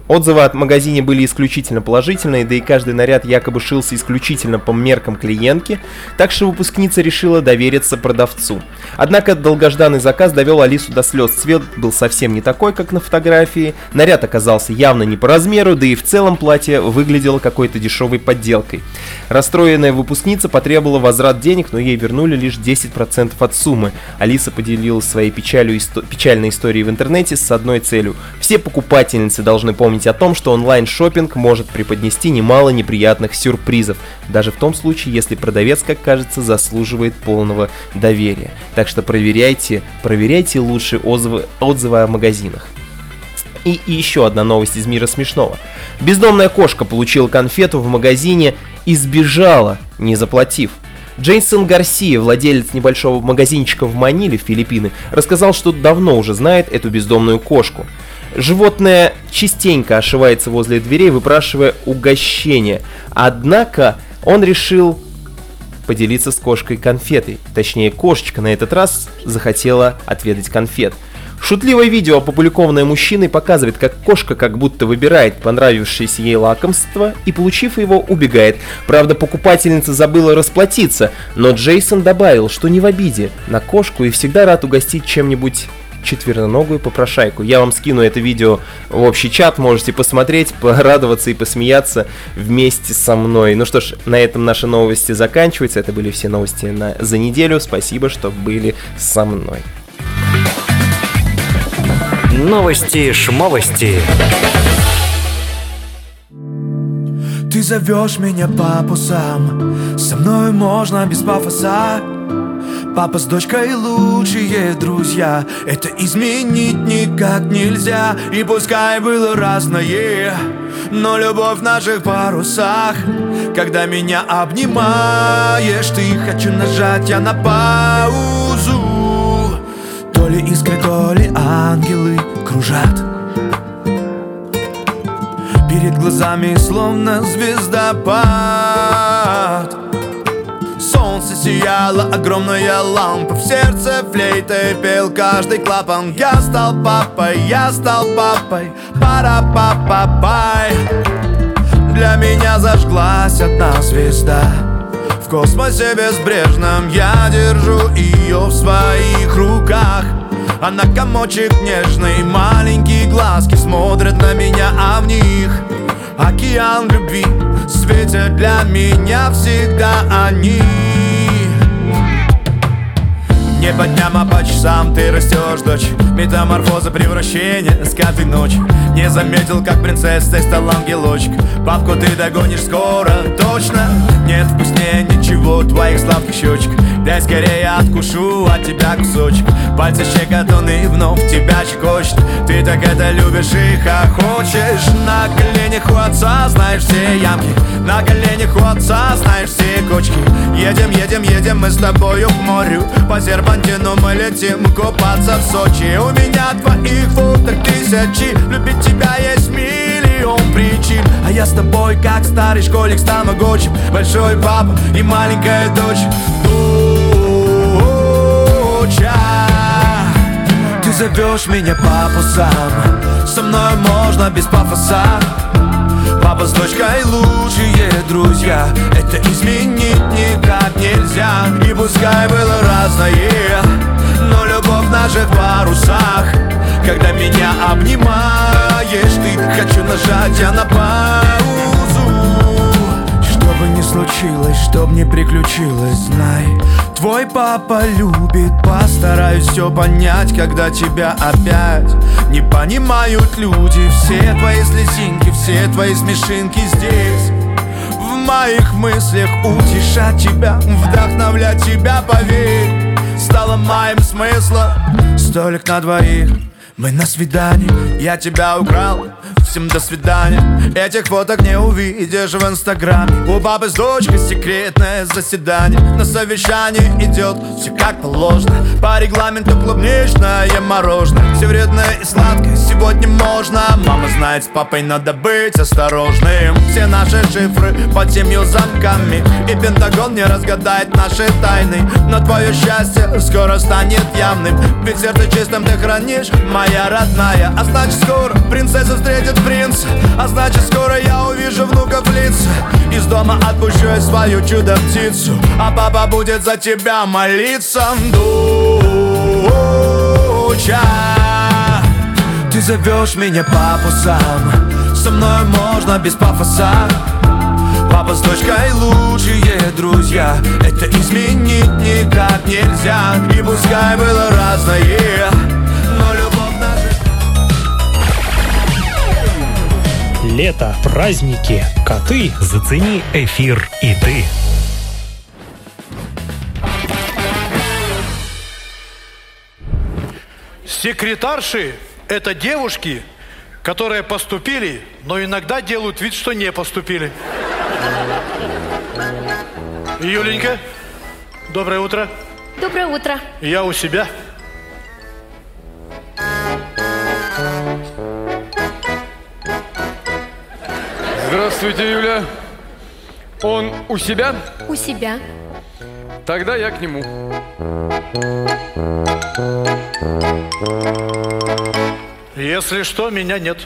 Отзывы от магазине были исключительно положительные, да и каждый наряд якобы шился исключительно по меркам клиентки, так что выпускница решила довериться продавцу. Однако долгожданный заказ довел Алису до слез. Цвет был совсем не такой, как на фотографии, наряд оказался явно не по размеру, да и в целом платье выглядело какой-то дешевой подделкой. Расстроенная выпускница потребовала возврат денег, но ей вернули лишь десять процентов от суммы. Алиса поделилась своей печалью, исто- печальной историей в интернете с одной целью. Все покупательницы должны помнить о том, что онлайн-шоппинг может преподнести немало неприятных сюрпризов, даже в том случае, если продавец, как кажется, заслуживает полного доверия. Так что проверяйте, проверяйте лучше отзывы, отзывы о магазинах. И, и еще одна новость из мира смешного. Бездомная кошка получила конфету в магазине и сбежала, не заплатив. Джейсон Гарсия, владелец небольшого магазинчика в Маниле, Филиппины, рассказал, что давно уже знает эту бездомную кошку. Животное частенько ошивается возле дверей, выпрашивая угощение. Однако он решил поделиться с кошкой конфетой. Точнее, кошечка на этот раз захотела отведать конфет. Шутливое видео, опубликованное мужчиной, показывает, как кошка как будто выбирает понравившееся ей лакомство и, получив его, убегает. Правда, покупательница забыла расплатиться, но Джейсон добавил, что не в обиде на кошку и всегда рад угостить чем-нибудь четвероногую попрошайку. Я вам скину это видео в общий чат, можете посмотреть, порадоваться и посмеяться вместе со мной. Ну что ж, на этом наши новости заканчиваются. Это были все новости на... за неделю. Спасибо, что были со мной. Новости шмовости. Ты зовешь меня папу сам, со мной можно без пафоса. Папа с дочкой лучшие друзья, это изменить никак нельзя. И пускай было разное, но любовь в наших парусах. Когда меня обнимаешь ты, хочу нажать я на паузу. То ли искры, то ли ангелы кружат перед глазами, словно звездопад. Солнце сияло, огромная лампа, в сердце флейтой пел каждый клапан. Я стал папой, я стал папой, пара-па-па-пай. Для меня зажглась одна звезда в космосе безбрежном. Я держу ее в своих руках. Она комочек нежный, маленькие глазки смотрят на меня, а в них океан любви светят для меня всегда они. Не по дням, а по часам ты растешь, дочь. Метаморфоза, превращение с каждой ночи. Не заметил, как принцессой стал ангелочек. Папку ты догонишь скоро, точно. Нет вкуснее ничего твоих сладких щечек. Дай скорее откушу от тебя кусочек. Пальцы щекотун и вновь тебя щекочет. Ты так это любишь и хохочешь. На коленях у отца знаешь все ямки, на коленях у отца знаешь все кочки. Едем, едем, едем мы с тобою к морю. По серпантину мы летим купаться в Сочи. У меня твоих фоток тысячи, любить тебя есть миллион причин. А я с тобой как старый школьник с тамагочи. Большой папа и маленькая дочь. Доча, ты зовешь меня папу сам, со мной можно без пафоса. Папа с дочкой лучшие друзья, это изменить никак нельзя. И пускай было разное, но любовь в наших парусах. Когда меня обнимаешь ты, хочу нажать я на паузу. Что бы ни случилось, что бы ни приключилось, знай, твой папа любит, постараюсь все понять, когда тебя опять не понимают люди. Все твои слезинки, все твои смешинки здесь, в моих мыслях утешать тебя, вдохновлять тебя, поверь, стало моим смыслом. Столик на двоих, мы на свидании, я тебя украл, всем до свидания. Этих фоток не увидишь в инстаграме. У папы с дочкой секретное заседание. На совещании идет все как положено. По регламенту клубничное мороженое. Все вредное и сладкое сегодня можно. Мама знает, с папой надо быть осторожным. Все наши шифры под семью замками, и Пентагон не разгадает наши тайны. Но твое счастье скоро станет явным, ведь сердце чистым ты хранишь, моя родная. А значит скоро принцесса встретит принца, а значит скоро я увижу внуков лица. Из дома отпущу я свою чудо-птицу, а папа будет за тебя молиться. Дуча, ты зовешь меня папу сам, со мной можно без пафоса. Папа с дочкой лучшие друзья, это изменить никак нельзя. И пускай было разное, но любовь наша. Лето, праздники, коты. Зацени эфир и ты. Секретарши – это девушки, которые поступили, но иногда делают вид, что не поступили. Юленька, доброе утро. Доброе утро. Я у себя. Здравствуйте, Юля. Он у себя? У себя. Тогда я к нему. Если что, меня нет.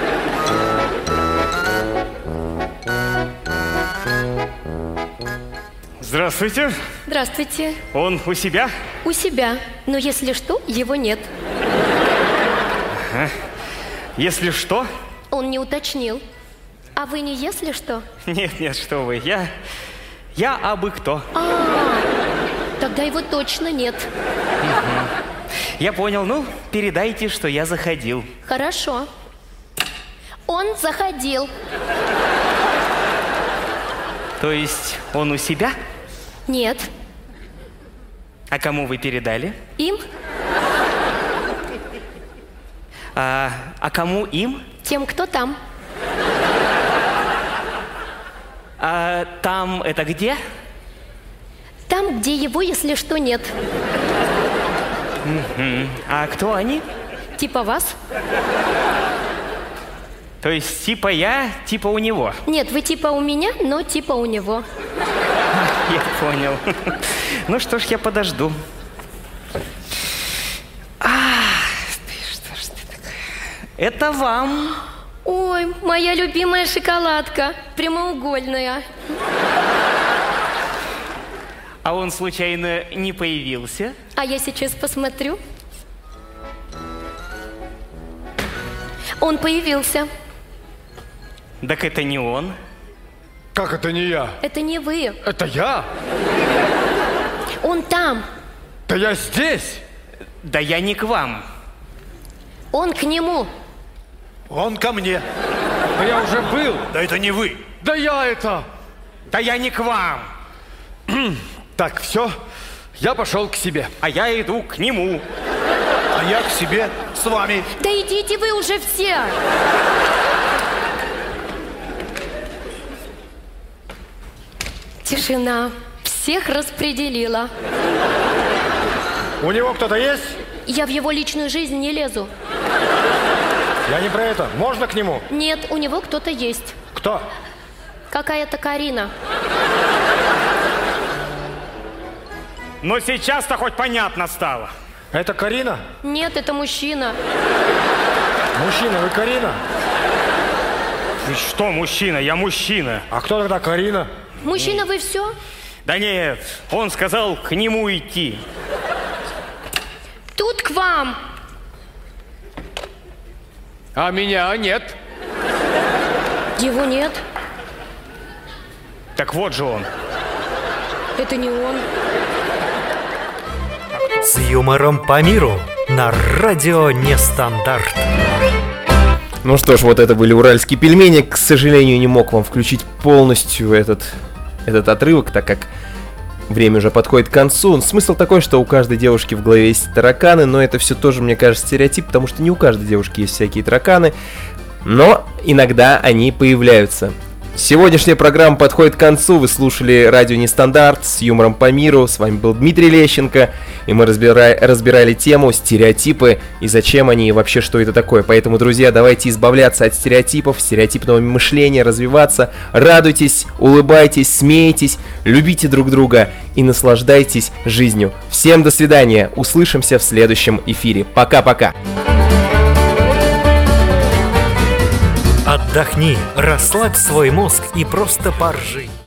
Здравствуйте. Здравствуйте. Он у себя? У себя. Но если что, его нет. Ага. Если что? Он не уточнил. А вы не если что? Нет, нет, что вы. Я... Я абы кто. А, тогда его точно нет. Угу. Я понял. Ну, передайте, что я заходил. Хорошо. Он заходил. То есть он у себя? Нет. А кому вы передали? Им. А, а кому им? Тем, кто там. А там это где? Там, где его, если что, нет. Угу. А кто они? Типа вас. То есть типа я, типа у него? Нет, вы типа у меня, но типа у него. Я понял. Ну что ж, я подожду. А, ты что ж ты такая? Это вам. Ой, моя любимая шоколадка. Прямоугольная. А он случайно не появился? А я сейчас посмотрю. Он появился. Так это не он. Как это не я? Это не вы. Это я? Он там. Да я здесь. Да я не к вам. Он к нему. Он ко мне. Да я уже был. Да это не вы. Да я это. Да я не к вам. Так, все. Я пошел к себе. А я иду к нему. А я к себе с вами. Да идите вы уже все. Тишина. Всех распределила. У него кто-то есть? Я в его личную жизнь не лезу. Я не про это. Можно к нему? Нет, у него кто-то есть. Кто? Какая-то Карина. Но сейчас-то хоть понятно стало. Это Карина? Нет, это мужчина. Мужчина, вы Карина? Ты что, мужчина? Я мужчина. А кто тогда Карина? Мужчина, вы все? Да нет, он сказал к нему идти. Тут к вам. А меня нет. Его нет. Так вот же он. Это не он. С юмором по миру на радио Нестандарт. Ну что ж, вот это были уральские пельмени. К сожалению, не мог вам включить полностью этот, этот отрывок, так как время уже подходит к концу. Смысл такой, что у каждой девушки в голове есть тараканы, но это все тоже, мне кажется, стереотип, потому что не у каждой девушки есть всякие тараканы, но иногда они появляются. Сегодняшняя программа подходит к концу. Вы слушали радио Нестандарт с юмором по миру. С вами был Дмитрий Лещенко. И мы разбира... разбирали тему стереотипы и зачем они и вообще что это такое. Поэтому, друзья, давайте избавляться от стереотипов, стереотипного мышления, развиваться. Радуйтесь, улыбайтесь, смейтесь, любите друг друга и наслаждайтесь жизнью. Всем до свидания. Услышимся в следующем эфире. Пока-пока. Отдохни, расслабь свой мозг и просто поржи.